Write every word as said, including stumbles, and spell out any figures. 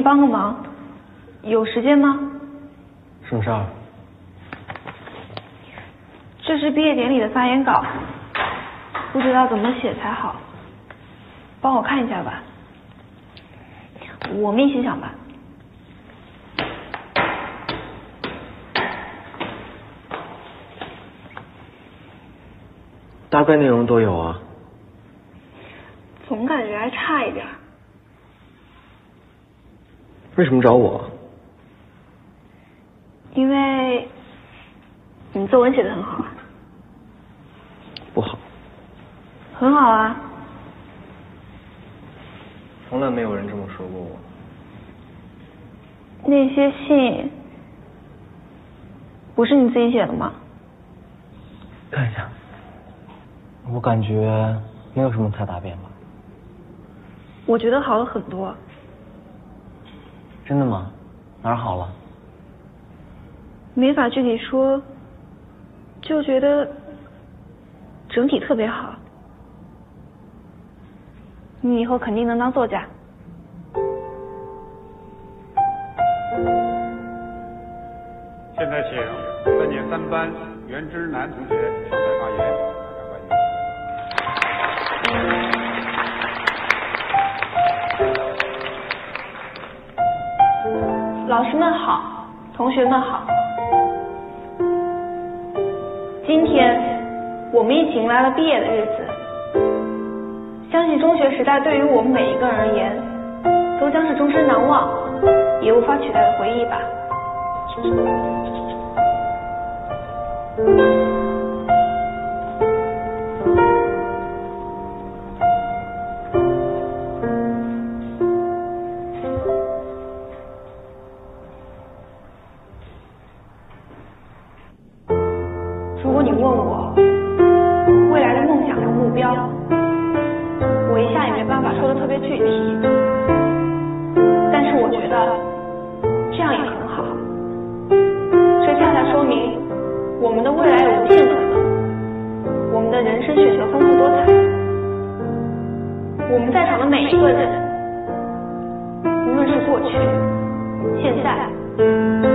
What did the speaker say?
帮个忙，有时间吗？ 什么事儿？ 这是毕业典礼的发言稿，不知道怎么写才好，帮我看一下吧。我们一起想吧。 大概内容都有啊。 总感觉还差一点。 为什么找我？ 因为你作文写得很好啊。 不好。 很好啊。 从来没有人这么说过我。 那些信不是你自己写的吗？ 看一下。我感觉没有什么太大变化。 我觉得好了很多。 真的吗？哪儿好了？ 没法具体说，就觉得整体特别好。你以后肯定能当作家。 现在请三年三班袁之南同学上台发言。 老师们好，同学们好。今天我们一起迎来了毕业的日子，相信中学时代对于我们每一个人而言，都将是终身难忘，也无法取代的回忆吧。如果你问我未来的梦想和目标，我一下也没办法说的特别具体，但是我觉得这样也很好，这恰恰说明我们的未来有无限可能，我们的人生选择丰富多彩，我们在场的每一个人，无论是过去、现在